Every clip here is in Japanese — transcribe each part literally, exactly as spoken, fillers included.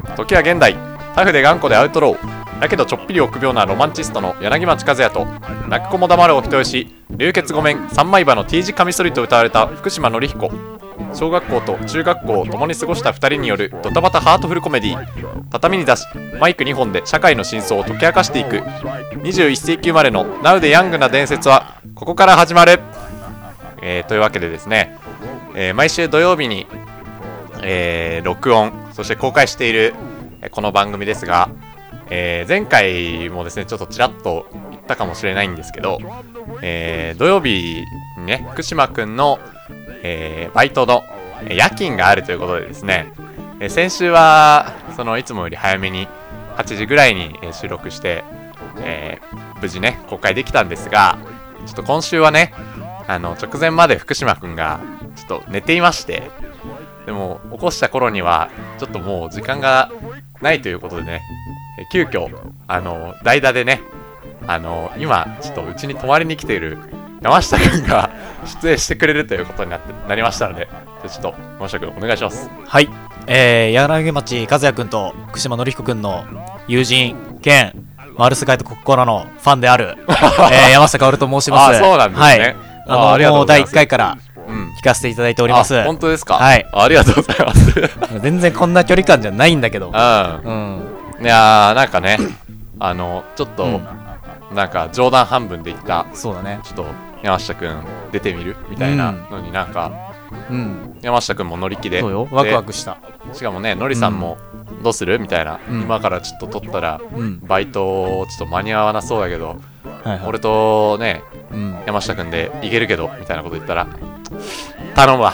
時は現代、タフで頑固でアウトローだけどちょっぴり臆病なロマンチストの柳町和也と、泣く子も黙るお人よし、流血ごめん三枚刃の T 字カミソリと歌われた福島紀彦。小学校と中学校を共に過ごしたふたりによるドタバタハートフルコメディー。畳に出しマイクにほんで社会の真相を解き明かしていくにじゅういっ世紀生まれのナウでヤングな伝説はここから始まる。えー、というわけでですね、えー、毎週土曜日に、えー、録音そして公開しているこの番組ですが、えー、前回もですねちょっとちらっと言ったかもしれないんですけど、えー、土曜日にね福島くんの、えー、バイトの夜勤があるということでですね、えー、先週はそのいつもより早めにはちじぐらいに収録して、えー、無事ね公開できたんですが、ちょっと今週はねあの直前まで福島くんがちょっと寝ていまして、でも起こした頃にはちょっともう時間がないということでね、え急遽あの代打でねあの今ちょっとうちに泊まりに来ている山下くんが出演してくれるということになってなりましたので、ちょっと山下くんお願いします。 はい、えー、柳町和也くんと福島紀彦くんの友人兼マルスカイと心のファンである、えー、山下薫と申します。 あ、そうなんですね。はい、 あのありがとうもうだいいっかいから聞かせていただいております。 あ、本当ですか。 はい、 ありがとうございます全然こんな距離感じゃないんだけど、うん、 うん、いやーなんかねあのちょっと、うん、なんか冗談半分で言った、 そうだね、 ちょっと山下くん出てみるみたいなのになんか、うん、山下くんも乗り気で、 そうよ、ワクワクした。 しかもねのりさんも、うん、どうするみたいな、うん、今からちょっと取ったら、うん、バイトちょっと間に合わなそうだけど、はいはい、俺とね、うん、山下くんでいけるけどみたいなこと言ったら頼むわ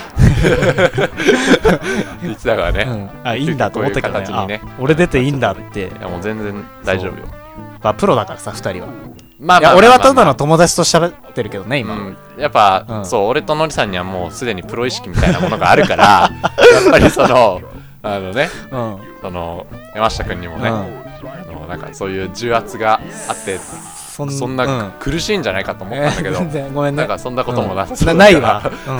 言ってたからね、うん、 あ、いいんだと思ったけどね、ね、俺出ていいんだって。 いやもう全然大丈夫よ、 まあ、プロだからさふたりは。 まあ、まあまあまあ、 俺はただの友達と喋ってるけどね今、うん、 やっぱ、うん、そう俺とのりさんにはもうすでにプロ意識みたいなものがあるからやっぱりそのあのね、うん、その山下くんにもね、うん、あのなんかそういう重圧があってそ ん, そんな苦しいんじゃないかと思ったんだけど、うん、全然ごめんね、なんかそんなこともなさそうだから、 うん、ないわ、うん、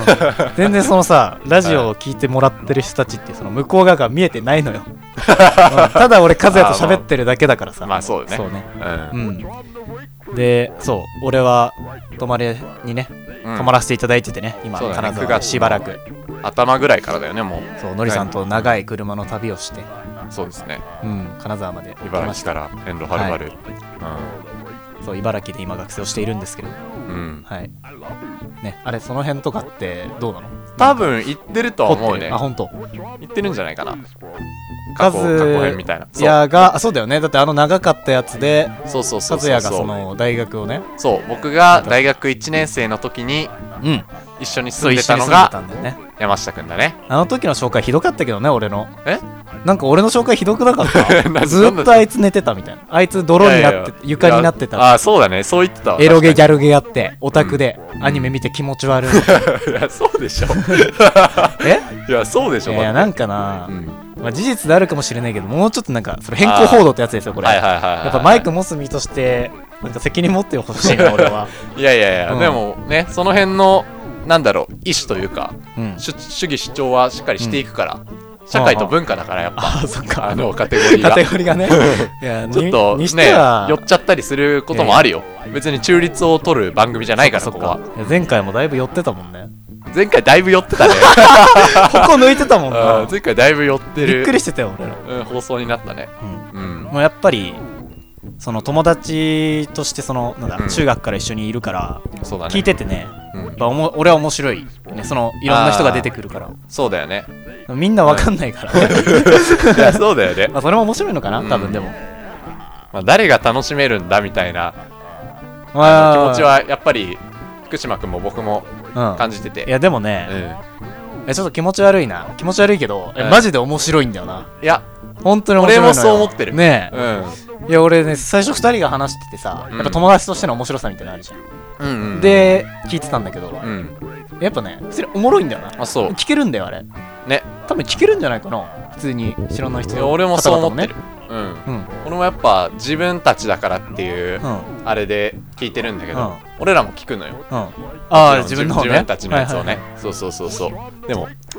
全然そのさラジオを聞いてもらってる人たちってその向こう側が見えてないのよ、うん、ただ俺和也と喋ってるだけだからさ。 まあそうね、 そうね、うん、うん、でそう俺は泊まりにね、うん、泊まらせていただいててね今、ね、金沢しばらく頭ぐらいからだよねもう。 そうのりさんと長い車の旅をして、 そうですね、 うん、金沢まで茨城から遠路はるばる、はい、 うん、そう茨城で今学生をしているんですけど、うん、はいね、あれその辺とかってどうなの？ 多分行ってるとは思うね。 あ、本当。 行ってるんじゃないかな。過去過去編みたいな。 いやがそうだよね。だってあの長かったやつで、 そうそうそうそう。 和也がその大学をね。 そう、僕が大学いちねん生の時に、うん、一緒に住んでたのが山下くんだね。 あの時の紹介ひどかったけどね俺の。 え？ なんか俺の紹介ひどくなかったずっとあいつ寝てたみたいな。あいつ泥になって、いやいや床になってた。 ああ、そうだね、そう言ってたわ。 エロゲギャルゲやってオタクで、うん、アニメ見て気持ち悪い。 いやそうでしょ。 え？ いやそうでしょ。 いやなんかな、うん、まあ、事実であるかもしれないけどもうちょっとなんかそれ変更報道ってやつですよこれ。やっぱマイク持つ身としてなんか責任持ってほしいな俺は。 いやいやいや、うん、でもねその辺のなんだろう意思というか、うん、主, 主義主張はしっかりしていくから。うん、社会と文化だからやっぱ あ, あ, そっかあのカテゴリーがカテゴリーがねいやちょっとね寄っちゃったりすることもあるよ。別に中立を取る番組じゃないからここは。 前回もだいぶ寄ってたもんね。 前回だいぶ寄ってたねここ抜いてたもんな。 前回だいぶ寄ってる。 びっくりしてたよ俺ら、 うん、放送になったね。 うん、うん、もうやっぱりその友達としてそのなんだ、うん、中学から一緒にいるから、そうだね、聞いててね、うん、やっぱおも俺は面白い、ね、そのいろんな人が出てくるから。 そうだよね。 みんなわかんないから、ね、 いやそうだよね。 まあそれも面白いのかな、うん、多分でも、 まあ、誰が楽しめるんだみたいなあ気持ちはやっぱり福島君も僕も感じてて、 うん、いやでもね、うん、ちょっと気持ち悪いな気持ち悪いけど、うん、マジで面白いんだよな。 いや本当に面白いのよ。 俺もそう思ってるねえ、 うん、いや俺ね最初ふたりが話しててさ、うん、やっぱ友達としての面白さみたいなのあるじゃん、うんうんうん、で聞いてたんだけど、うん、やっぱね普通におもろいんだよな。 あそう聞けるんだよあれね。多分聞けるんじゃないかな普通に知らない人の方々もね。いや俺もそう思ってる、うんうん、俺もやっぱ自分たちだからっていう、うん、あれで聞いてるんだけど、うん、俺らも聞くのよ、うん、 ああ自分の方ね、 自分たちのやつをね、はいはいはい、そうそうそうそう。でも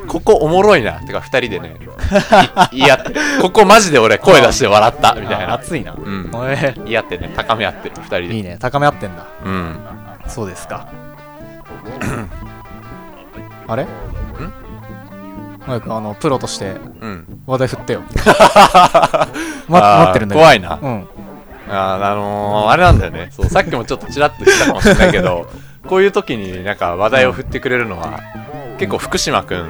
ここおもろいなてかふたりでね言い合ってここマジで俺声出して笑ったみたいな熱いな、 うん、言い合ってね高め合ってふたりでいいね高め合ってんだうんそうですかあれんマイクあのプロとして話題振ってよ、うん、ま、待ってるんだけど怖いな、 うん、 あ, あのー、あれなんだよねそうさっきもちょっとちらっと言ったかもしれないけどこういう時になんか話題を振ってくれるのは、うん、結構福島くん、うん、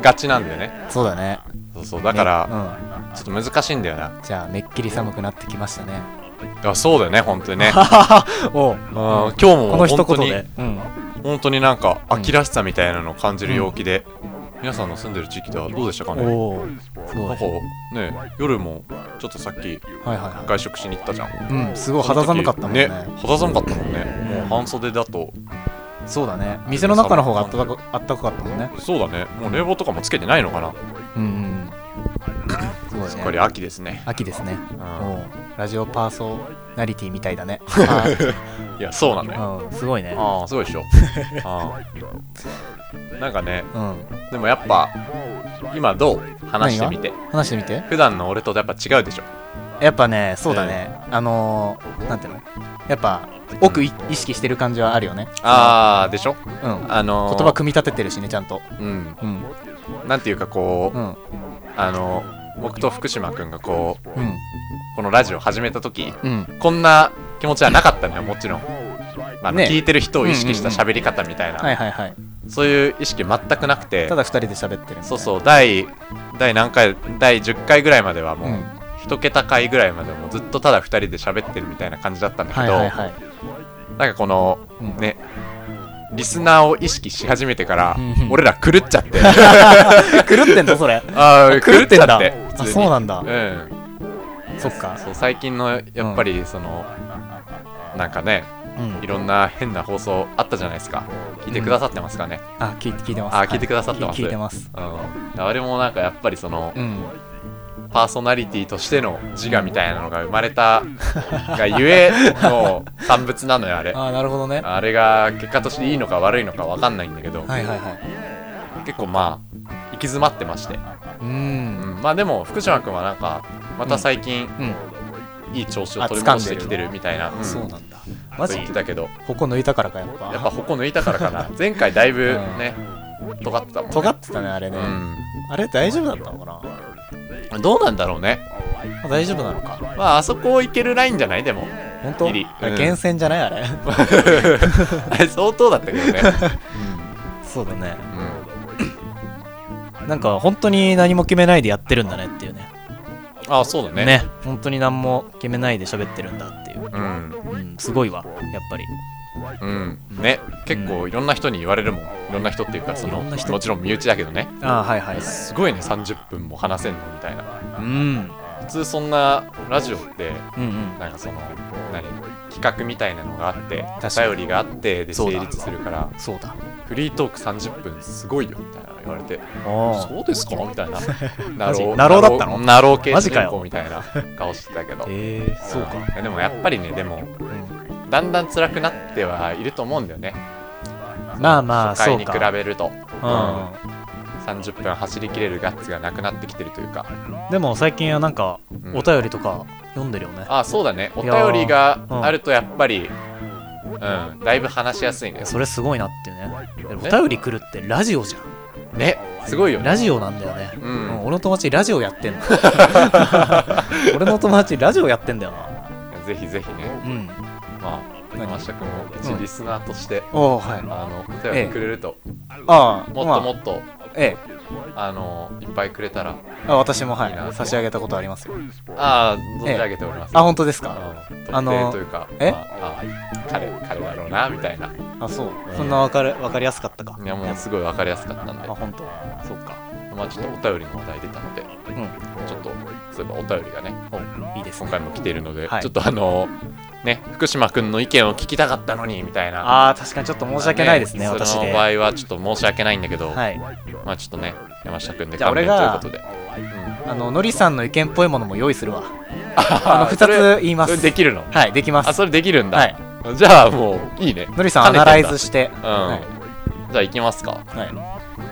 ガチなんだよねそうだねそうそうだから、ねうん、ちょっと難しいんだよなじゃあめっきり寒くなってきましたねいやそうだよね本当にねおう、うん、今日も本当に、うん、本当になんか秋らしさみたいなのを感じる陽気で、うん、皆さんの住んでる地域ではどうでしたかねおすごいなんかね夜もちょっとさっき外食しに行ったじゃん、はいはいはい、うんすごい肌寒かったもんねね肌寒かったもんね、うん、もう半袖だとそうだね店の中の方があったかあったかかったもんねそうだねもう冷房とかもつけてないのかなうんうんすごいねすっかり秋ですね秋ですね、うん、もうラジオパーソナリティみたいだねいやそうなのよ、 うん、すごいねああすごいでしょあなんかね、うん、でもやっぱ今どう話してみて話してみて普段の俺とやっぱ違うでしょやっぱねそうだね、えー、あのー、なんていうのやっぱ奥、うん、意識してる感じはあるよねああでしょうんあのー、言葉組み立ててるしねちゃんとうん、 うん、なんていうかこう、うん、あのー、僕と福島くんがこう、うん、このラジオ始めた時、うん、こんな気持ちはなかったのよもちろん、まあね、聞いてる人を意識した喋り方みたいな、 はいはいはいそういう意識全くなくてただふたりで喋ってるそうそう第第何回第じゅっかいぐらいまではもう、うん、一桁回ぐらいまでもずっとただふたりで喋ってるみたいな感じだったんだけど、はいはいはい、なんかこの、うん、ねリスナーを意識し始めてから、うん、俺ら狂っちゃって狂ってんだそれあ狂っちゃってあそうなんだうんそっかそう最近のやっぱりその、うん、なんかねうん、いろんな変な放送あったじゃないですか聞いてくださってますかね、 うん、あ聞いて聞いてますあ聞いてくださってます、 はい、聞いてます、 うん、あれもなんかやっぱりその、うん、パーソナリティとしての自我みたいなのが生まれたがゆえの産物なのよあれあなるほどねあれが結果としていいのか悪いのか分かんないんだけど、 はいはいはい、 結構まあ行き詰まってましてうん、うん、まあでも福島君はなんかまた最近、うんうん、いい調子を取り戻してきてるみたいな、 うん、そうなんだマジ言ってたけど矛抜いたからかやっぱやっぱ矛抜いたからかな前回だいぶね、うん、尖ってたもんね尖ってたねあれね、うん、あれ大丈夫だったのかなどうなんだろうね大丈夫なのかまああそこをいけるラインじゃないでも本当、うん、厳選じゃないあれあれ相当だったけどね、 うん、そうだね、うん、なんか本当に何も決めないでやってるんだねっていうねああそうだねね本当に何も決めないで喋ってるんだっていう、うんうん、すごいわやっぱりうんね結構いろんな人に言われるもんいろんな人っていうかそのもちろん身内だけどねあはいはい、はい、 すごいねさんじゅっぷんも話せんのみたいなうん普通そんなラジオって、うんうん、なんかその何企画みたいなのがあって頼りがあってで成立するからそうだフリートークさんじゅっぷんすごいよみたいな言われてそうですかみたいなナローナローだったのナロー系主人公みたいな顔してたけどえー、そうかでもやっぱりねでも、うん、だんだん辛くなってはいると思うんだよねまあまあ初回に比べるとそうか、 うん、さんじゅっぷん走りきれるガッツがなくなってきてるというかでも最近はなんかお便りとか読んでるよね、 うん、あそうだねお便りがあるとやっぱりうん、だいぶ話しやすいねそれすごいなっていうねお便り来るってラジオじゃんねすごいよ、ね、 ラジオなんだよね、うんうん、俺の友達ラジオやってんの俺の友達ラジオやってんだよなぜひぜひね、うん、まあ山下君も一リスナーとして、 うん、おはい、 あのお便りくれると、ええ、 あもっともっと、まあ、 ええあのいっぱいくれたらあ私もはい差し上げたことありますよああ存じ上げております、 ええ、あ本当ですか、 うん、特定というかえ、 まあ、あ彼彼だろうなみたいなあそう、うん、そんな分かる分かりやすかったかいやもうすごい分かりやすかったんであ本当そうかまあちょっとお便りの話題出たので、うん、ちょっとそういえばお便りがねいいですね今回も来ているので、はい、ちょっとあのね福島くんの意見を聞きたかったのにみたいなああ確かにちょっと申し訳ないですね、 まあ、ね私でその場合はちょっと申し訳ないんだけど、はい、まあちょっとね山下くんで勘弁ということで、 うん、あののりさんの意見っぽいものも用意するわあのふたつ言いますそれできるのはいできますあそれできるんだ、 はい、 じゃあもういいねのりさんアナライズして、 うんはい、じゃあ行きますかはいじ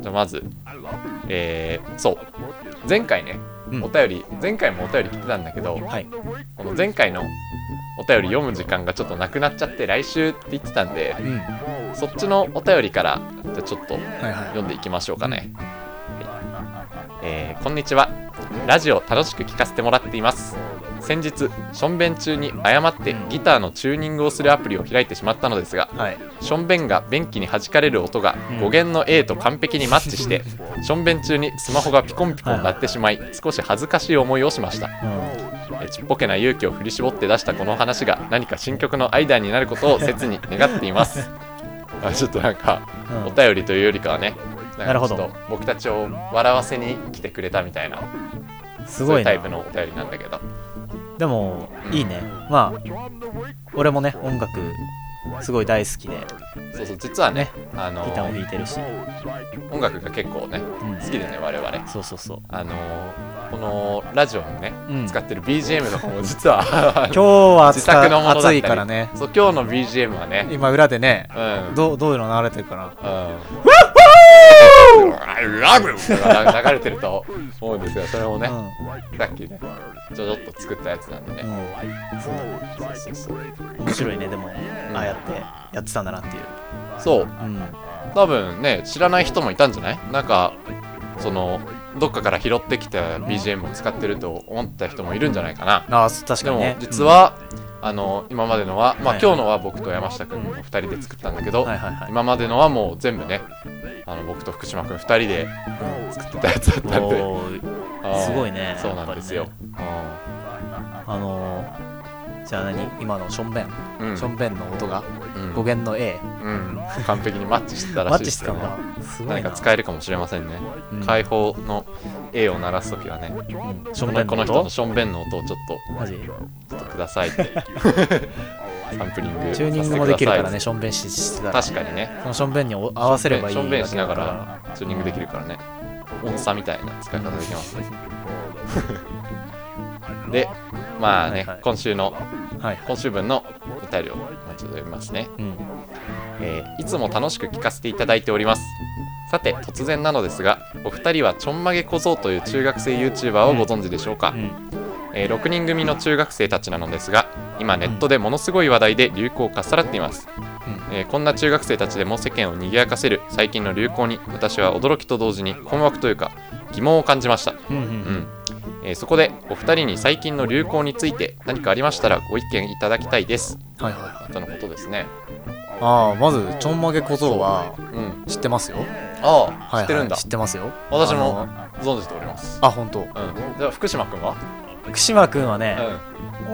じゃあまずえー、そう前回ね、うん、お便り前回もお便り来てたんだけど、はい、この前回のお便り読む時間がちょっとなくなっちゃって来週って言ってたんで、うん、そっちのお便りからじゃあちょっと読んでいきましょうかね、はいはいえー、こんにちは。ラジオ楽しく聞かせてもらっています。先日しょんべん中に誤ってギターのチューニングをするアプリを開いてしまったのですが、はい、しょんべんが便器に弾かれる音が語源の A と完璧にマッチして、うん、しょんべん中にスマホがピコンピコン鳴ってしまい、はい、少し恥ずかしい思いをしました、うん、ちっぽけな勇気を振り絞って出したこの話が何か新曲のアイデアになることを切に願っていますあちょっとなんか、うん、お便りというよりかはね、なんかちょっと僕たちを笑わせに来てくれたみたいなすごいタイプのお便りなんだけど、 でもいいね。まあ俺もね音楽すごい大好きで、 そうそう実はね、 あのー、ギターも弾いてるし音楽が結構ね、うん、好きでね我々。 そうそうそう。 あのー、このラジオのね、うん、使ってる ビージーエム の方も実は今日は自作のものだったり暑いからね。 そう今日の ビージーエム はね今裏でね、うん、ど, どういうの流れてるかな。うん流れてると思うんですよ。それもね、うん、さっきねちょっと作ったやつなんでね、うん、そうそうそうそう面白いね。でも、うん、ああやってやってたんだなっていう。 そう、うん、多分ね知らない人もいたんじゃない？なんかそのどっかから拾ってきた ビージーエム を使ってると思った人もいるんじゃないかな。 あ確かにね。 でも実は、うん、あの今までのは、まあ、はい、今日のは僕と山下くんのふたりで作ったんだけど、はいはいはい、今までのはもう全部ねあの僕と福島くんふたりで作ってたやつだったんで、 うん、すごいね。 そうなんですよ、ね、 あのー、じゃあ何今のしょんべん、うん、しょんべんの音が、うん、語源の A、 うん、完璧にマッチしてたらしいですよ。 マッチしてたんだ。すごいな。 何か使えるかもしれませんね、うん、開放の A を鳴らすときはね、うん、しょんべんの音この人のしょんべんの音をちょっとマジちょっとくださいってサンプリングチューニングもできるからね。しょんべん し, してたら確かにね。 そのしょんべんに合わせればいい。 しょんべんしながらチューニングできるからね。音差みたいな使い方できますねでまあね、はいはい、今週の、はい、今週分のお便りをもう一度読みますね、うんえー、いつも楽しく聞かせていただいております。さて突然なのですが、お二人はちょんまげ小僧という中学生 YouTuber をご存知でしょうか、うんうんえー、ろくにん組の中学生たちなのですが、今ネットでものすごい話題で流行をかっさらっています、うんえー、こんな中学生たちでも世間を賑やかせる最近の流行に私は驚きと同時に困惑というか疑問を感じました、うんうんうんえー、そこでお二人に最近の流行について何かありましたらご意見いただきたいです。はいはいはいとのことですね。 ああまずちょんまげ小僧は知ってますよ、うん、 ああ、はいはい、知ってるんだ。 知ってますよ。 私も存じております。 あ本当。うん、 じゃあ福島くんは福島くんはね、うん、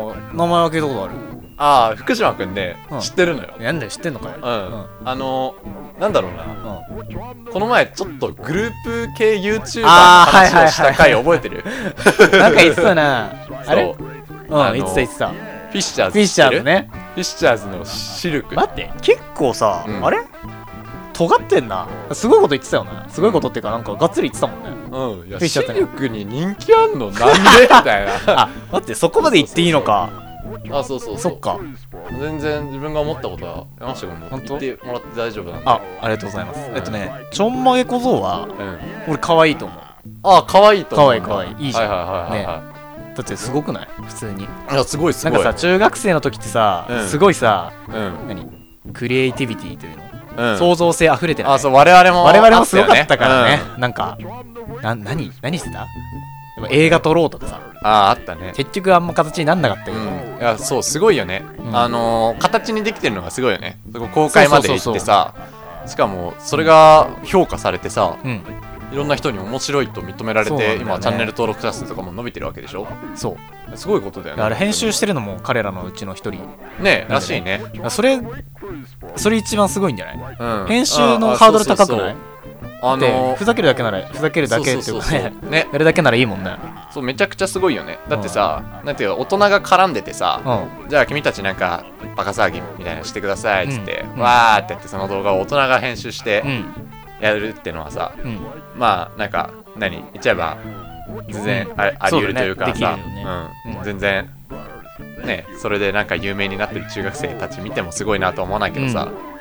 ああ名前は聞いたことある。 ああ福島くんね、うん、知ってるのよ。 なんだよ知ってんのかよ、 うんうん、あのなんだろうな、うん、この前ちょっとグループ系 YouTuber の話をした回覚えてる？ なんか言ってたなあれうん言ってた言ってた。 フィッシャーズフィッシャーズね。 フィッシャーズのシルク。 待って結構さ、うん、あれ尖ってんな。すごいこと言ってたよね。すごいことっていうかなんかがっつり言ってたもんね。 うん。いやシルクに人気あんのなんでみたいな。 あ待ってそこまで言っていいのか。 あそうそうそう。 そっか。 全然自分が思ったことは山下君も言ってもらって大丈夫なんで。 あありがとうございます。うん、えっとねちょんまげ小僧は、うん、俺可愛いと思う。 あ可愛いと思う。 可愛い可愛いいいじゃん。はいはいはいはい。ねだってすごくない普通に。いやすごいすごい。 なんかさ中学生の時ってさ、うん、すごいさ、うん、何クリエイティビティというの、うん、創造性あふれてない。 あそう我々も我々もすごかったからね、うん、なんかな何何してたでも映画撮ろうとかさああったね。 結局あんま形になんなかったけど、うん、 いやそうすごいよね、うん、あのー、形にできてるのがすごいよね。そこ公開まで行ってさしかもそれが評価されてさ、うんいろんな人に面白いと認められて、ね、今チャンネル登録者数とかも伸びてるわけでしょ。そうすごいことだよね。 あれ編集してるのも彼らのうちの一人ねらしいね。 それそれ一番すごいんじゃない、うん、編集のハードル高くない？あのー、ふざけるだけならふざけるだけっていうかね、ねやるだけならいいもんね。 そうめちゃくちゃすごいよね。だってさ、うん、なんていうか大人が絡んでてさ、うん、じゃあ君たちなんかバカ騒ぎみたいなのしてくださいっつって、うん、わーってやってその動画を大人が編集して、うんやるってのはさ、うん、まあなんか何言っちゃえば全然 あ,、うん、あり得るというかさ、ねうんうん、全然ねそれでなんか有名になってる中学生たち見てもすごいなとは思わないけどさ、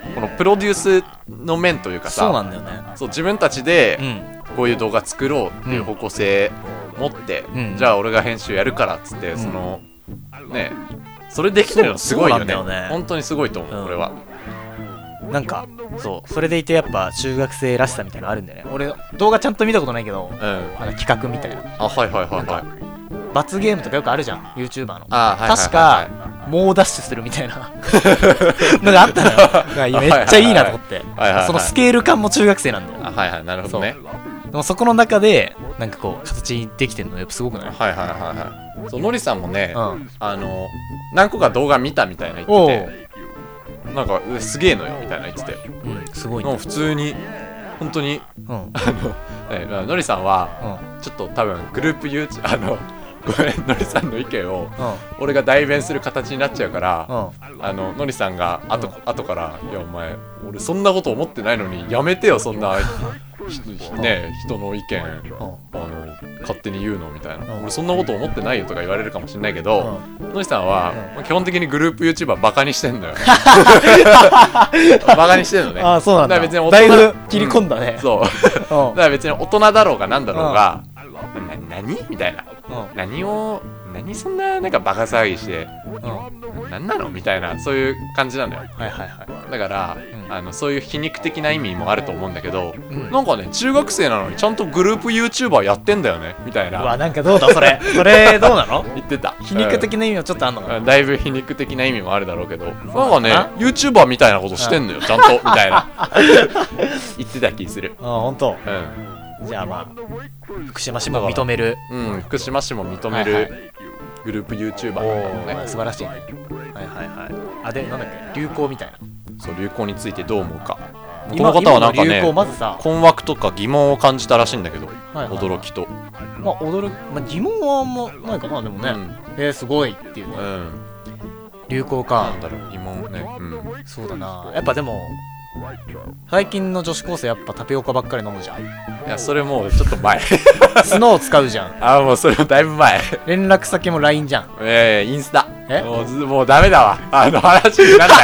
このプロデュースの面というかさ、 そうなんだよね。 そう自分たちでうんこういう動画作ろうっていう方向性持って、 うん、 じゃあ俺が編集やるからっつって、うん、そのねそれできてるのすごいよね。 そうなんだよね。 本当にすごいと思う、うん、これは。 なんかそうそれでいてやっぱ中学生らしさみたいなのあるんだよね。俺動画ちゃんと見たことないけど、うん、なんか企画みたいな。 あはいはいはいはい。 罰ゲームとかよくあるじゃん YouTuber の。 あ、はいはいはいはい、 確か猛ダッシュするみたいなのがあったのよ。めっちゃいいなと思って。そのスケール感も中学生なんだよ。 あはいはいなるほどね。 でもそこの中でなんかこう形にできてるのやっぱすごくない？ はいはいはいはい。そうのりさんもね、うん、あの何個か動画見たみたいな言ってて、なんかすげえのよみたいな言ってて、 うん、すごい、 ね。もう普通に本当に、うん、あの、ね、のりさんは、うん、ちょっと多分グループ YouTube あのごめんのりさんの意見を、うん、俺が代弁する形になっちゃうから、うん、あののりさんが後、うん、後から「いやお前俺そんなこと思ってないのにやめてよそんなね人の意見、うん、あの勝手に言うの」みたいな、うん、俺そんなこと思ってないよとか言われるかもしれないけど、うん、のりさんは、うん、基本的にグループ YouTuber バカにしてんのよバカにしてんのね。 あそうなんだ。 だから別にだいぶ切り込んだね、 うん、そうだから別に大人だろうがなんだろうが、な何みたいな、うん、何を何そんななんかバカ騒ぎして、うん、何なのみたいなそういう感じなんだよ。 はいはいはい。 だから、うん、あのそういう皮肉的な意味もあると思うんだけど、うん、なんかね中学生なのにちゃんとグループ YouTuber やってんだよねみたいな。 うわなんかどうだそれそれどうなの言ってた。 皮肉的な意味はちょっとあんのかな、 うん、だいぶ皮肉的な意味もあるだろうけど、なんかね YouTuber みたいなことしてんのよちゃんとみたいな言ってた気する。 あ本当。 うん。 じゃあまあ福島市も認める、 うん福島市も認める、はいはい、グループ YouTuber ね、素晴らしいね。はいはいはい。あでなんだっけ流行みたいな。 そう流行についてどう思うか。この方はなんかねまずさ困惑とか疑問を感じたらしいんだけど、はいはいはい、驚きとまあ驚き、まあ、疑問はあんまないかなでもね、うん、えー、すごいっていうね、うん、流行かなんだろう疑問ね、うん、 そうだな。やっぱでも最近の女子高生やっぱタピオカばっかり飲むじゃん。いやそれもうちょっと前スノー使うじゃん。 あもうそれもだいぶ前。 連絡先も ライン じゃん。 ええー、インスタ。 えもうずもうダメだわあの話になん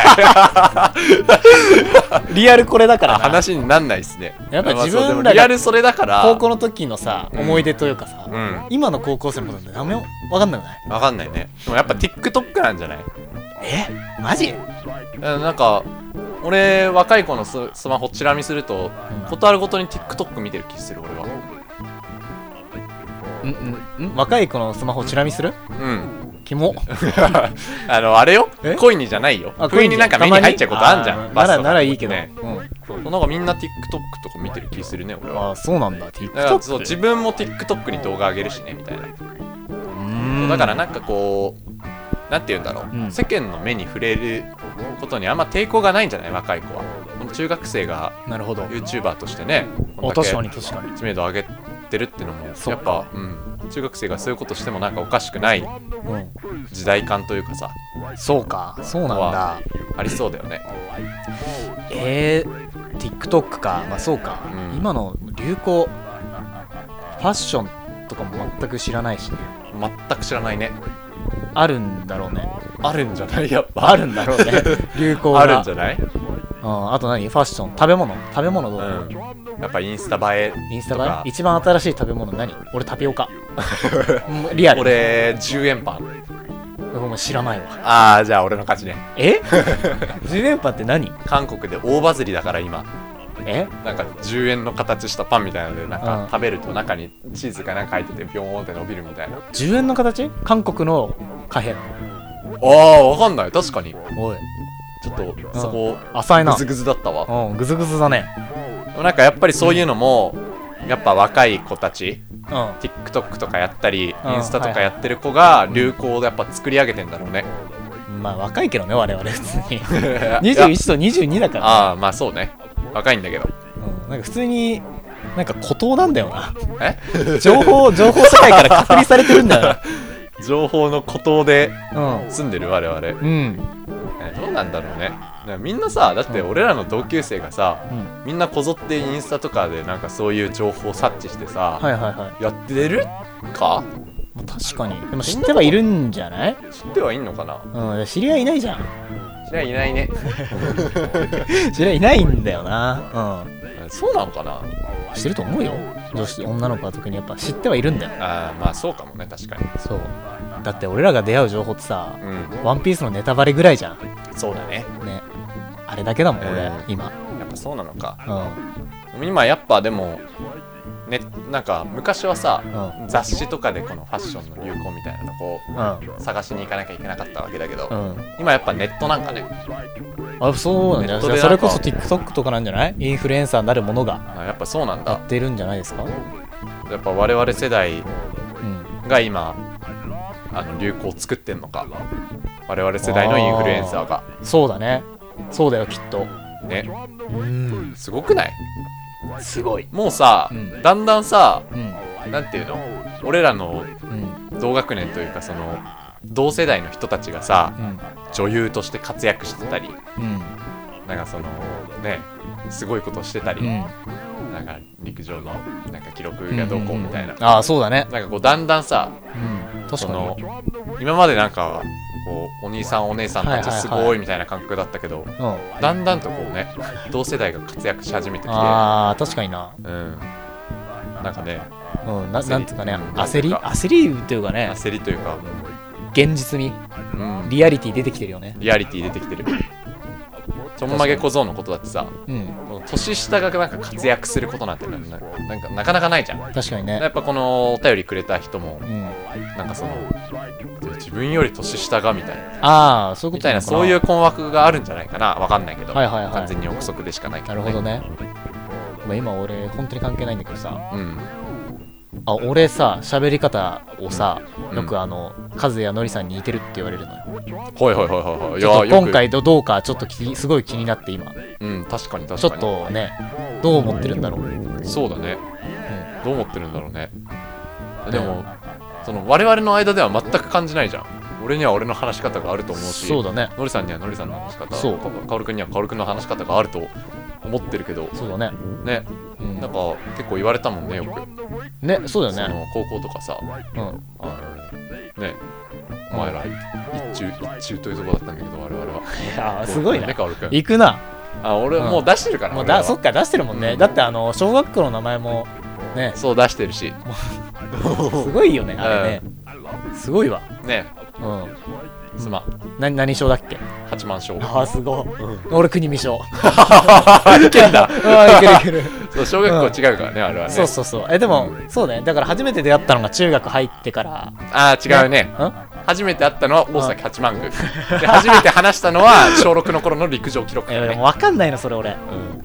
ないリアルこれだからな。 話になんないっすね。 やっぱ自分らリアルそれだから高校の時のさ、うん、思い出というかさ、 うん、 今の高校生のことってダメよ分かんなくない？ 分かんないね。でもやっぱ TikTok なんじゃない？ えマジ？ なんか俺若い子の ス, スマホチラ見すると、うん、ことあるごとに TikTok 見てる気する俺は。 んんん若い子のスマホチラ見する？ うんキモあのあれよ恋にじゃないよ。不意になんか目に入っちゃうことあんじゃん。 ならならいいけどね、 うん、なんかみんな TikTok とか見てる気するね俺は。 あそうなんだ TikTok だからそう自分も TikTok に動画上げるしねみたいな。うんだからなんかこうなんて言うんだろう、うん、世間の目に触れることにあんま抵抗がないんじゃない若い子は。中学生が YouTuber としてねこんだけ知名度を上げてるっていうのもやっぱ、うん、中学生がそういうことしてもなんかおかしくない時代感というかさ、 うん、そうかそうなんだありそうだよね。 えー、TikTok かまあそうか、うん、今の流行ファッションとかも全く知らないしね。 全く知らないね。 あるんだろうね。 あるんじゃないやっぱあるんだろうね流行があるんじゃない。 あ, あと何ファッション食べ物食べ物どう、 うん、やっぱインスタ映えインスタ映え一番新しい食べ物何？俺タピオカリアル。 俺じゅうえんパン。 ごめん知らないわ。 ああじゃあ俺の勝ちね。 えじゅうえんパンって何？ 韓国で大バズりだから今。 えなんかじゅうえんの形したパンみたいなのでなんか食べると中にチーズかなんか入っててビョーンって伸びるみたいな。 じゅうえんの形？韓国の貨幣。 ああわかんない確かに。 おいちょっとそこ、 うん、浅いな。 グズグズだったわ。 うんグズグズだね。 なんかやっぱりそういうのも、うん、やっぱ若い子たち、うん、TikTok とかやったり、うん、インスタとかやってる子が流行をやっぱ作り上げてんだろうね。 まあ若いけどね我々普通ににじゅういちとにじゅうにだから、ね、 ああまあそうね若いんだけど、 うん、なんか普通になんか孤島なんだよなえ情報情報社会から隔離されてるんだよな情報の孤島で住んでる我々、 うん、 どうなんだろうね。みんなさだって俺らの同級生がさ、うん、みんなこぞってインスタとかでなんかそういう情報を察知してさ、 はいはいはい、 やってるか。 確かにでも知ってはいるんじゃない？ 知ってはいんのかな。 うん知り合いいないじゃん。 知り合いいないね知り合いいないんだよな。 うん、そうなのかな。 知ってると思うよ、女子女の子は特にやっぱ知ってはいるんだよ。 ああまあそうかもね、確かに。 そう、だって俺らが出会う情報ってさ、 うん、 ワンピースのネタバレぐらいじゃん。 そうだね。 ね、あれだけだもん、俺、 うん、 今。 やっぱそうなのか。 うん、 今やっぱでもね、なんか昔はさ、 うん、 雑誌とかでこのファッションの流行みたいなのこう、うん、探しに行かなきゃいけなかったわけだけど、うん、今やっぱネットなんかね。あ、 そうなんだよ。それこそ TikTok とかなんじゃない？インフルエンサーになるものが。 あ、やっぱそうなんだ。 やってるんじゃないですか。 やっぱ我々世代が今、うん、あの流行を作ってんのか。我々世代のインフルエンサーが。 そうだね。そうだよきっと。 ね。 うん。 すごくない？ すごい。 もうさ、うん、だんだんさ、 うん、 なんていうの、俺らの同学年というかその同世代の人たちがさ、うん、女優として活躍してたり、うん、なんかそのね、すごいことしてたり、うん、なんか陸上のなんか記録がどうこうみたいな、うんうんうん、 ああそうだね。 なんかこうだんだんさ、 うん、確かにその今までなんかこうお兄さんお姉さんたちすごいみたいな感覚だったけど、はいはいはい、だんだんとこうね同世代が活躍し始めてきて、 ああ確かにな、 うん、なんかね、 うん、な, なんていうかね、うん、焦り焦りというかね、 焦りというか現実味、うん、リアリティ出てきてるよね。 リアリティ出てきてる。ちょんまげ小僧のことだってさ、うん、年下がなんか活躍することなんて な, なんかなかなかないじゃん。 確かにね。 やっぱこのお便りくれた人も、うん、なんかその自分より年下がみたいな、 ああそういうことみたいな、そういう困惑があるんじゃないかな。わかんないけど、 はいはいはい、 完全に憶測でしかないけど、ね、 なるほどね。まあ、今俺本当に関係ないんだけどさ、うん、あ俺さ喋り方をさ、うん、よくあの和也のりさんに似てるって言われるのよ。 はいはいはいはいはい。 ちょっと今回どうかちょっときすごい気になって今。 うん確かに確かに。 ちょっとねどう思ってるんだろう。 そうだね、うん、どう思ってるんだろうね。でも、ね、その我々の間では全く感じないじゃん。俺には俺の話し方があると思うし、 そうだね。 のりさんにはのりさんの話し方、そうかかおるくんにはかおるくんの話し方があると思ってるけど、 そうだね。 ね、うん、なんか結構言われたもんねよく。 ね、そうだよね。 その高校とかさ、うん、あのね、お前ら一中一中というところだったんだけど我々は。 いやすごいな。 ね、かおるくん。 行くな。 あ、俺もう出してるから。 もうだそっか出してるもんね。うん、だってあの小学校の名前もね。 そう出してるし。 すごいよねあれね。うん、すごいわ。 ね。 うん。 すまん。 な何賞だっけ？ はちまん賞。 ああすごい。うん、俺国見賞。 いけんだ。 あいけるいける。 そう小学校違うからね、うん、あれはね。 そうそうそう。えでも、うん、そうね。だから初めて出会ったのが中学入ってから。 ああ違うね。ね初めて会ったのは大崎八幡宮。で初めて話したのは小ろくの頃の陸上記録、ね。 えでも分かんないのそれ俺。うん、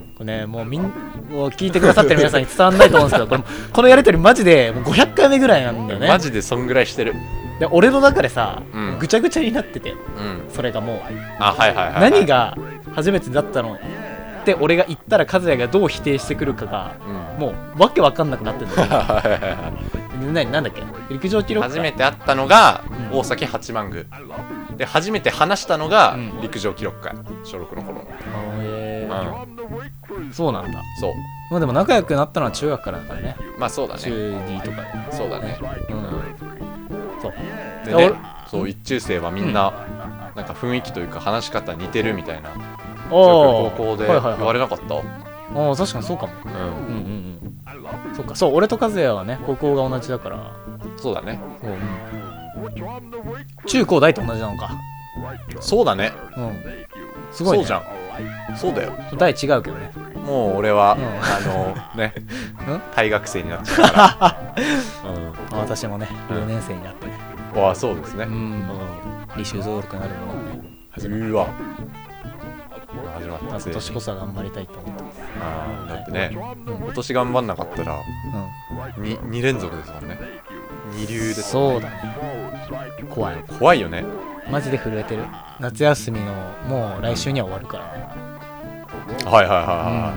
これねもうみんもう聞いてくださってる皆さんに伝わんないと思うんですけど、これこのやりとりマジでもうごひゃっかいめぐらいなんだよね。 マジでそんぐらいしてる。 で俺の中でさ、うん、ぐちゃぐちゃになってて、うん、それがもうあ、はいはいはいはい、何が初めてだったのって俺が言ったら和也がどう否定してくるかが、うん、もうわけわかんなくなってるんだよ。な, なんだっけ陸上記録初めて会ったのが大崎八幡宮、うん、で初めて話したのが陸上記録会、小ろくの頃の。 へー、うん、そうなんだ。 そう、 まあ、でも仲良くなったのは中学からだからね。 まあそうだね、 中にとかで。 そうだね、うん、 そうでね、そう一中生はみんな、うん、なんか雰囲気というか話し方似てるみたいな高校で言われなかった？はいはいはい、 ああ確かにそうかも、うん、うんうんうんそっか。そう俺と和也はね高校が同じだから。 そうだね、 そう、うん、中高大と同じなのか。 そうだね、 うん、すごいね。 そうじゃん、そうだよ。 大違うけどね。 もう俺は、うん、あのね大学生になっちゃうから、 うん、私もねよねん生になってね、 うん、わあそうですね、うんうん、 履修登録なるものがね始まる。うわ始まった。 今年こそ頑張りたいと思ってます。 あだってね、うん、今年頑張んなかったら、うん、に, に連続ですもんね。二流ですもんね。そうだね。怖い怖いよね。 マジで震えてる。夏休みのもう来週には終わるからね。 はいはいはいはい、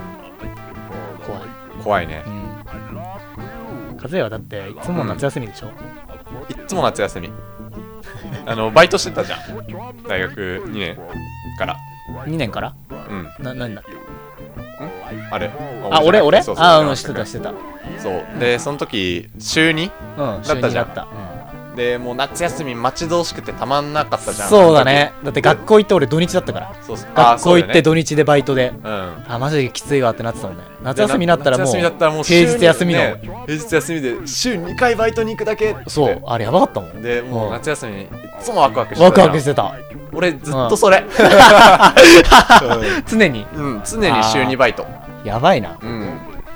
うん、怖い怖いね、うん和也はだっていつも夏休みでしょ、 うん、いつも夏休みあのバイトしてたじゃん大学にねんからにねんからうんな、何だっけんあれあ、俺俺そうそうあ、うん、してたしてた。 そうで、その時週に、うん、だったじゃん。 だった、 うん、 でもう夏休み待ち遠しくてたまんなかったじゃん。 そうだね。だって学校行って俺土日だったから。 そうそう、 学校行って土日でバイトで、 うん、 あマジできついわってなってたもんね。夏休みになったらもう夏休みだったらもう平日休みの、 ね、平日休みで週にかいバイトに行くだけ。 そうあれやばかったもん。 でもう夏休みいつもワクワクしてた。 ワクワクしてた。 俺ずっとそれ、うん、 常に、 うん、常に週にバイト。 やばいな。 うん、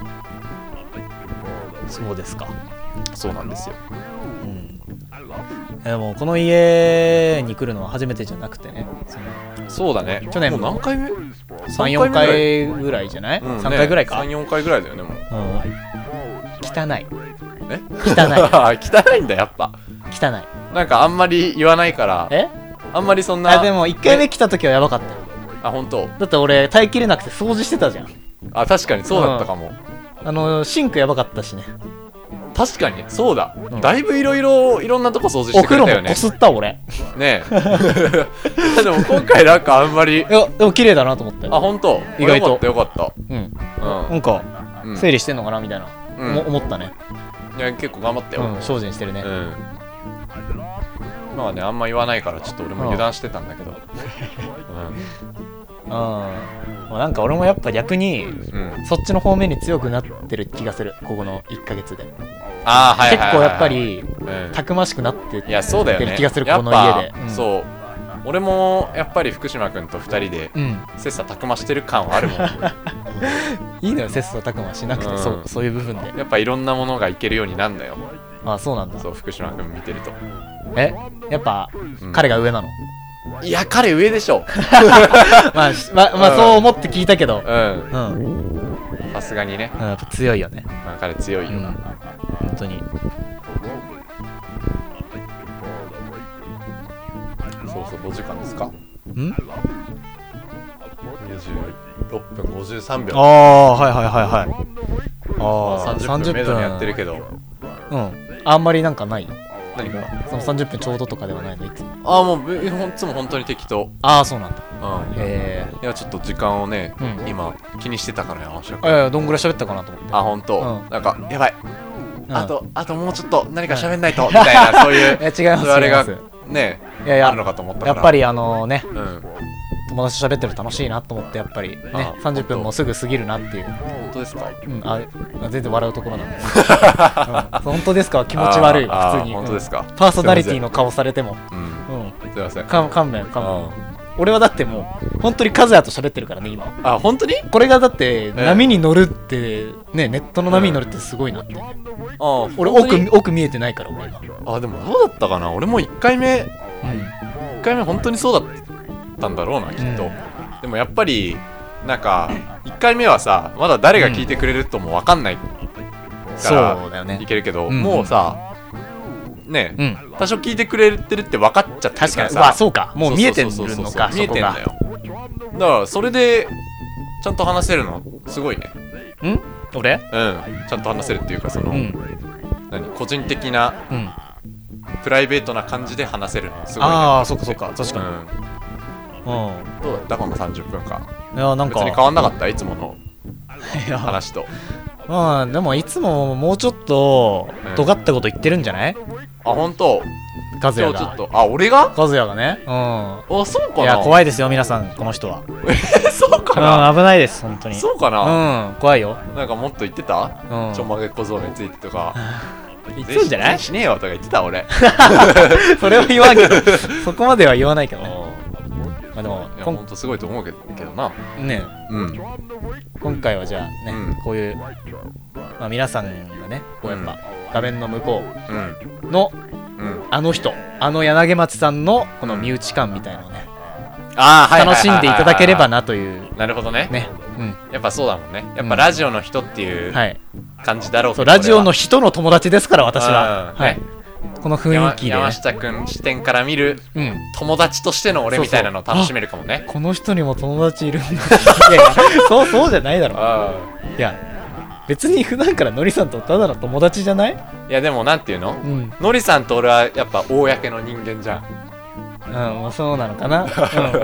そうですか。 そうなんですよ。 うん、でもこの家に来るのは初めてじゃなくてね。 そそうだね。 去年もう何回目さん、よんかいぐらいじゃない、うん、さんかいぐらいか。 さん、よんかいぐらいだよねもう、 うん、汚い。 え汚い汚いんだやっぱ。 汚い。 なんかあんまり言わないから。 えあんまりそんな。 あでもいっかいめ来た時はやばかったよ。 あ本当。 だって俺耐えきれなくて掃除してたじゃん。 あ確かにそうだったかも、 うん、あのシンクやばかったしね。 確かにそうだ、 うん、 だいぶいろいろいろんなとこ掃除してくれたよね。 お風呂もこすった俺ねえでも今回なんかあんまり。いやでも綺麗だなと思って。 あ本当。 意外とよかったよかった。 うん、うん、なんか、うん、整理してんのかなみたいな、うん、思ったね。 いや結構頑張ったよ、 うん、精進してるね。うん、 まあねあんま言わないからちょっと俺も油断してたんだけど、 うん、うん、なんか俺もやっぱ逆に、うん、そっちの方面に強くなってる気がするここのいっかげつで。 あーはいはいはいはい、 結構やっぱり、うん、たくましくなってっていやそうだよね、 る気がするこの家で、 うん、そう俺もやっぱり福島君とふたりで、うん、切磋琢磨してる感はあるもんいいのよ切磋琢磨しなくて、うん、そ, そういう部分でやっぱいろんなものがいけるようになんだよ。 あそうなんだ。 そう福島君見てると。 えやっぱ、うん、彼が上なの？ いや彼上でしょまあま, まあそう思って聞いたけどさすがにね、 うん、やっぱ強いよね、 まあ、彼強いよ、うん、 本当に。 そうそうごじかんですか。んにじゅうろっぷんごじゅうさんびょう。 ああはいはいはいはい。 ああさんじゅっぷんめどにやってるけど、 うんあんまりなんかない。 何かそのさんじゅっぷんちょうどとかではないのいつも。 ああもういつも本当に適当。 ああそうなんだ。 うんへえ。いやちょっと時間をね、うん、今気にしてたからね。 いやいやどんぐらい喋ったかなと思って。 あ本当、うん、なんかやばい、うん、あとあともうちょっと何か喋んないと、うん、みたいなそういういや違いますあれがねいやいやあるのかと思ったから。 やっぱりあのね、 うん、 友達と喋ってる楽しいなと思ってやっぱりねさんじゅっぷんもすぐ過ぎるなっていう。 本当ですか？ うんあ全然笑うところなんで、うん、本当ですか？気持ち悪い普通に。 本当ですか？ うん、パーソナリティの顔されてもうん、うん、すいませんか勘弁勘弁。俺はだってもう本当に和也と喋ってるからね今。 あ本当に？ これがだって波に乗るってねネットの波に乗るってすごいなって。あ俺奥奥見えてないから俺今。 あでもどうだったかな。俺もいっかいめ、うん、いっかいめ本当にそうだったんだろうなきっと、うん、でもやっぱりなんかいっかいめはさまだ誰が聞いてくれるとも分かんないから、 そうだよねいけるけど、うん、もうさね、うん、多少聞いてくれてるって分かっちゃってるからさ。 確かにわそうかもう見えてるのか。 見えてんだよ。だからそれでちゃんと話せるのすごいね。 ん俺うんちゃんと話せるっていうかその、うん、何個人的な、うん、プライベートな感じで話せるのすごいね。 ああそうかそうか確かに、 うんうん、どうだったこのさんじゅっぷんかん。 いやなんか別に変わんなかったいつもの話と。 まあでもいつももうちょっと尖ったこと言ってるんじゃない？うん、 あ本当。 和也がちょっとあ俺が和也がね。うんあそうかな。 いや怖いですよ皆さんこの人は。 そうかな、 うん、危ないです本当に。 そうかな。 うん怖いよ。 なんかもっと言ってた、うん、ちょんまげ小僧についてとか言ってんじゃない？ しねえよとか言ってた俺それは言わんけどそこまでは言わないけどね。まあでもいやほんとすごいと思うけどなねえ、うん、今回はじゃあね、うん、こういう、まあ、皆さんがねこうやっぱ、うん、画面の向こうの、うん、あの人あの柳町さんのこの身内感みたいなのをね、うん、あ楽しんでいただければなという。 なるほどね。 ね、うん、 やっぱそうだもんね。やっぱラジオの人っていう感じだろうけど、 そうラジオの人の友達ですから私は、はい、この雰囲気で山下くん視点から見る、うん、友達としての俺みたいなのを楽しめるかもね。 そうそうこの人にも友達いるんだいやいやそうそうじゃないだろ。あいや別に普段からのりさんとただの友達じゃない？ いやでもなんていうの、うん、のりさんと俺はやっぱ公の人間じゃん。 うん、そうなのかな、うん、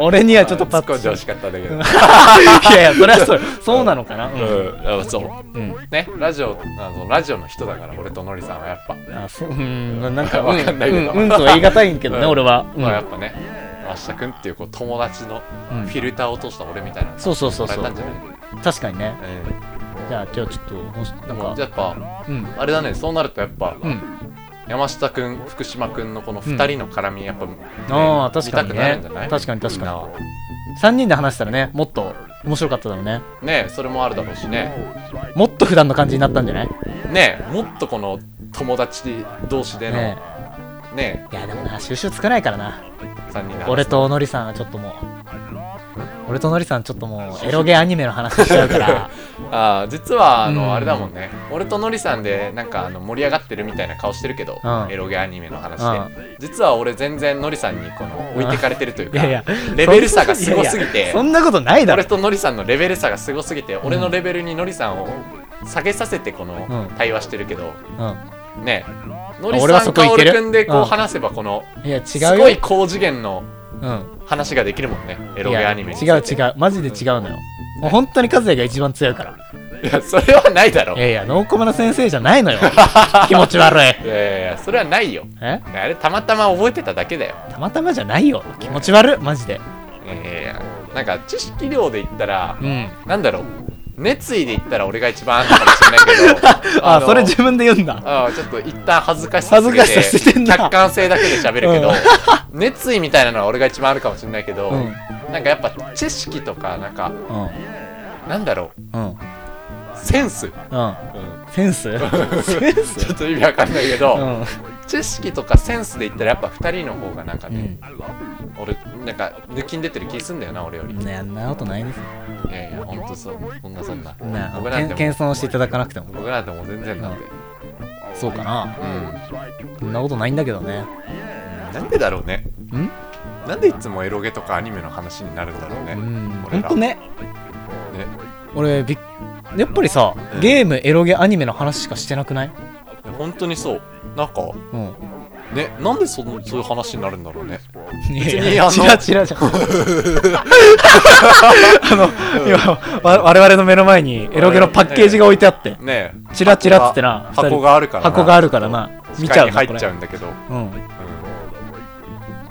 俺にはちょっとパッと突っ込んでほしかったんだけどいやいやそれはそうそうなのかな、うんうん、そう、うん、ねラジオあのラジオの人だから俺とのりさんはやっぱあそううんなんかわかんないけど、 うん、うん、うんとは言い難いんけどね、うん、俺は、 うん、まあやっぱね明日くんっていうこう友達のフィルターを通した俺みたいな、うん、 そうそうそうそう確かにね、 うん、 じゃあ今日ちょっとなんかやっぱ、うん、あれだねそうなるとやっぱ、うん、山下くん福島くんのこのふたりの絡みやっぱ、ねうん、ああ確かにね確かに確かにさんにんで話したらねもっと面白かっただろうねねそれもあるだろうしねもっと普段の感じになったんじゃないねもっとこの友達同士でのねねいやでもな収集つかないからなさんにんで俺とのりさんはちょっともう俺とのりさんちょっともうエロゲアニメの話しちゃうからあ実はあの、うん、あれだもんね俺とのりさんでなんかあの盛り上がってるみたいな顔してるけど、うん、エロゲアニメの話で、うん、実は俺全然のりさんにこの置いてかれてるというか、うん、いやいやレベル差がすごすぎていやいやそんなことないだろ俺とのりさんのレベル差がすごすぎて、うん、俺のレベルにのりさんを下げさせてこの対話してるけど、うん、ねのりさんかおるくんでこう話せばこの、 いや違うよすごい高次元の話ができるもんね、エロゲアニメに違う違うマジで違うのよ、うん、もう本当に和也が一番強いからいやそれはないだろいやいやノーコマの先生じゃないのよ気持ち悪いいやいやそれはないよえあれたまたま覚えてただけだよたまたまじゃないよ気持ち悪いマジでいやいやいやなんか知識量で言ったら、うん、なんだろう熱意で言ったら俺が一番あんのかもしれないけどああそれ自分で言うんだあちょっと一旦恥ずかしさすぎて客観性だけで喋るけど、うん、熱意みたいなのは俺が一番あるかもしれないけど、うん、なんかやっぱ知識とかなんか、うん、なんだろう、うん、センス、うんうん、 センスセンスちょっと意味わかんないけど、うん、知識とかセンスで言ったらやっぱふたりの方がなんかね、うん、俺なんか抜きん出てる気すんだよな俺よりねあんなことないですいやいやほんとそうそんなそんなな僕なんて謙遜していただかなくても僕なんてもう全然なんで、 うん、そうかなうんそんなことないんだけどね、 うん、なんでだろうねんなんでいつもエロゲとかアニメの話になるんだろうねうんほんとねね俺びっやっぱりさ、うん、ゲームエロゲアニメの話しかしてなくない？ 本当にそうなんか、うん、ねなんでそのそういう話になるんだろうね。 別にあのチラチラじゃんあの今我々の目の前にエロゲのパッケージが置いてあって、ねね、チラチラっつってな箱があるからな箱があるからな見ちゃう入っちゃうんだけど、うんうん、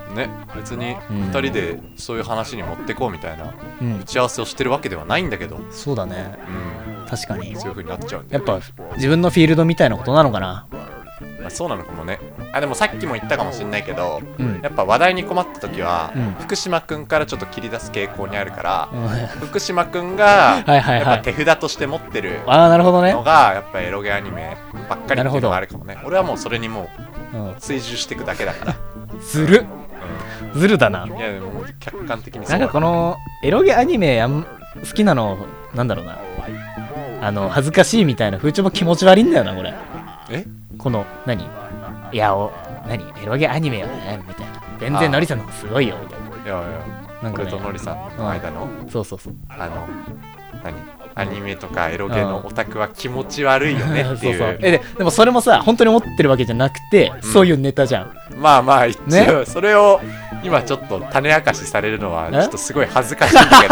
ね別にふたりでそういう話に持ってこうみたいな打ち合わせをしてるわけではないんだけど、 うん、そうだね、うん、確かにそういう風になっちゃうんだよね。やっぱ自分のフィールドみたいなことなのかな。 まあ、そうなのかもね。あでもさっきも言ったかもしれないけど、うん、やっぱ話題に困った時は、うん、福島くんからちょっと切り出す傾向にあるから、うん、福島くんがやっぱ手札として持ってるのがやっぱエロゲアニメばっかりっていうのがあるかもね。俺はもうそれにもう追従していくだけだから。 ずる、うん、ずるだな。 いやでも客観的にそうなんかこのエロゲアニメやん好きなのなんだろうな、あの恥ずかしいみたいな風潮も気持ち悪いんだよなこれ。 えこの何いやお何エロゲアニメよねみたいな全然ノリさんの方がすごいよみたいな。 いやいやなんか、ね、俺とノリさんの間の、 うん、そうそうそうあの何アニメとかエロゲのオタクは気持ち悪いよねっていう、 そうそうえ で, でもそれもさ本当に思ってるわけじゃなくて、うん、そういうネタじゃん。 まあまあ一応、ね、それを今ちょっと種明かしされるのはちょっとすごい恥ずかしいんだけ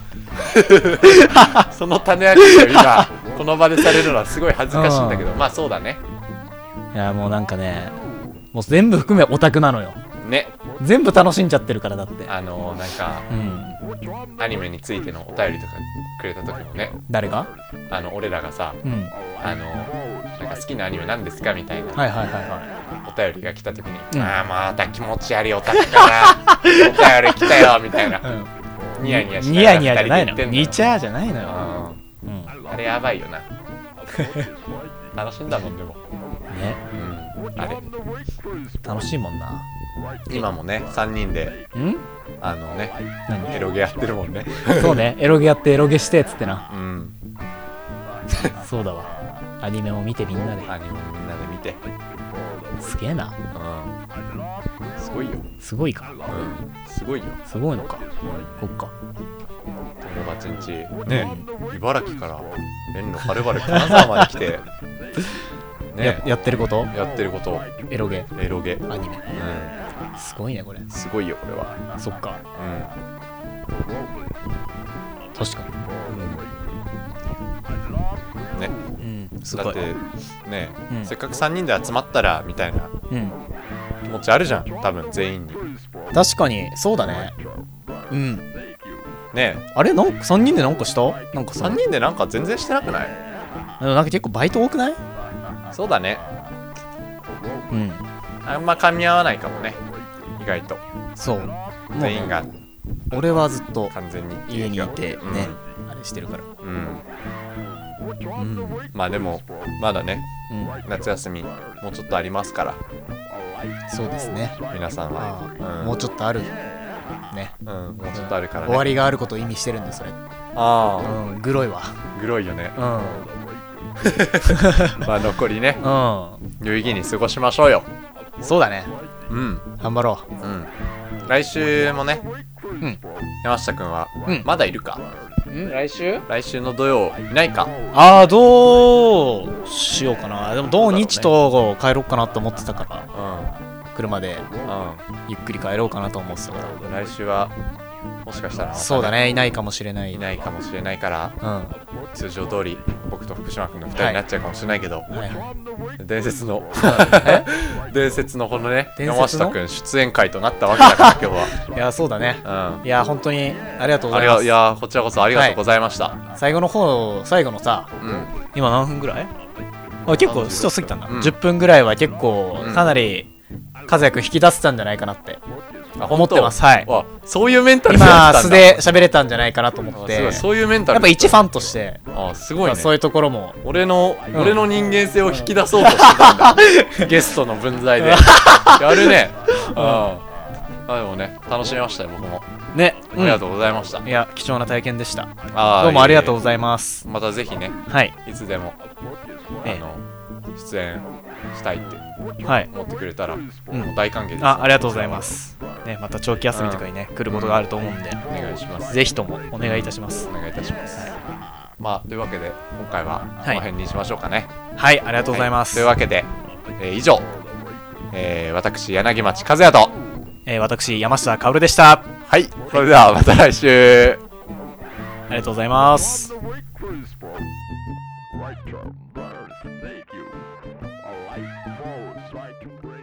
どその種明かしを今この場でされるのはすごい恥ずかしいんだけど、うん、まあそうだね。 いやもうなんかねもう全部含めオタクなのよね。 全部楽しんじゃってるからだってあのー、なんか、うん、アニメについてのお便りとかくれた時もね誰があの俺らがさ、うん、あのなんか好きなアニメなんですかみたいな、 はいはいはいはい、 お便りが来た時に、うん、ああまた気持ち悪いオタクかなお便り来たよみたいな、うん、ニヤニヤしながらニヤニヤじゃないのニチャーじゃないのよ、 うんうん、あれやばいよな楽しんだもんでもね、 うん、あれ楽しいもんな。 今もねさんにんでんあのねエロゲやってるもんねそうねエロゲやってエロゲしてっつってな、 うん、 そうだわ。アニメも見てみんなでアニメもみんなで見てすげえな、 うん、すごいよ。 すごいか、 うん、すごいよ。 すごいのか、うん、そっか。 友達んちね、うん、茨城から遠路はるばる金沢まで来てねややってることやってることエロゲエロゲアニメうすごいねこれ。 んすごいよこれは。 そっかうん確かねにうんすごいだってね、 うん、 せっかくさんにんで集まったらみたいなうん気持ちあるじゃん多分全員に確かにそうだね。うんね。 あれなんかさんにんでなんかしたなんかささんにんでなんか全然してなくない？ でもなんか結構バイト多くない？ そうだね。 うんあんま噛み合わないかもね意外とそう全員が俺はずっと完全に家にいてね、 うん、 あれしてるからうんうんまあでもまだねうん夏休みもうちょっとありますからそうですね。 皆さんは、うん、 もうちょっとあるね、 うんもうちょっとあるからね。 終わりがあることを意味してるんですそれ。 あうんグロいわ。 あグロいよね。 うんまあ残りねうん有意義に過ごしましょうよ。 そうだねうん頑張ろうん来週もね、 う。うん山下くんは、 うんまだいるか？ ん来週来週の土曜いないか？ ああどうしようかな。でも土日と帰ろうかなと思ってたからう車でんうんゆっくり帰ろうかなと思ってたから来週はもしかしたらまたねそうだねいないかもしれないいないかもしれないからうんは通常通り僕と福島君のふたりになっちゃうかもしれないけど、 いはい伝説のえ伝説のこのね伝説の山下君出演会となったわけだから今日いやそうだねは、 いや本当にありがとううん、ありがございます。 いやこちらこそありがとうございました、 最後の方最後のさうん今何分ぐらいあ結構視聴過ぎたんだ、 うんじゅっぷんぐらいは結構うんかなり和也くん引き出せたんじゃないかなってあ思ってます。はいわそういうメンタルでや今ってたんだ素で喋れたんじゃないかなと思あってすごいそういうメンタルやっぱ一ファンとしてあすごいねそういうところも俺の、 ん俺の人間性を引き出そうとしてたんだゲストの分際でやるねうんあでもね楽しみましたよ僕もね、 ありがとうございました、 いや貴重な体験でした。 あーどうもありがとうごいざいます。 えいえまたぜひねはいいつでもあええの出演したいってはい思ってくれたら、 んもう大歓迎です。 あありがとうございます。ねまた長期休みとかにね、来ることがあると思うんで、 お願いします。 ぜひともお願いいたします。 お願いいたします。まあというわけで今回はこの辺にしましょうかね。 はいありがとうございます。 というわけで、えー以上、えー私柳町和也とえー私山下薫でした。 はい、それではまた来週。 ありがとうございます。 Like a birth, thank you. A light pulse like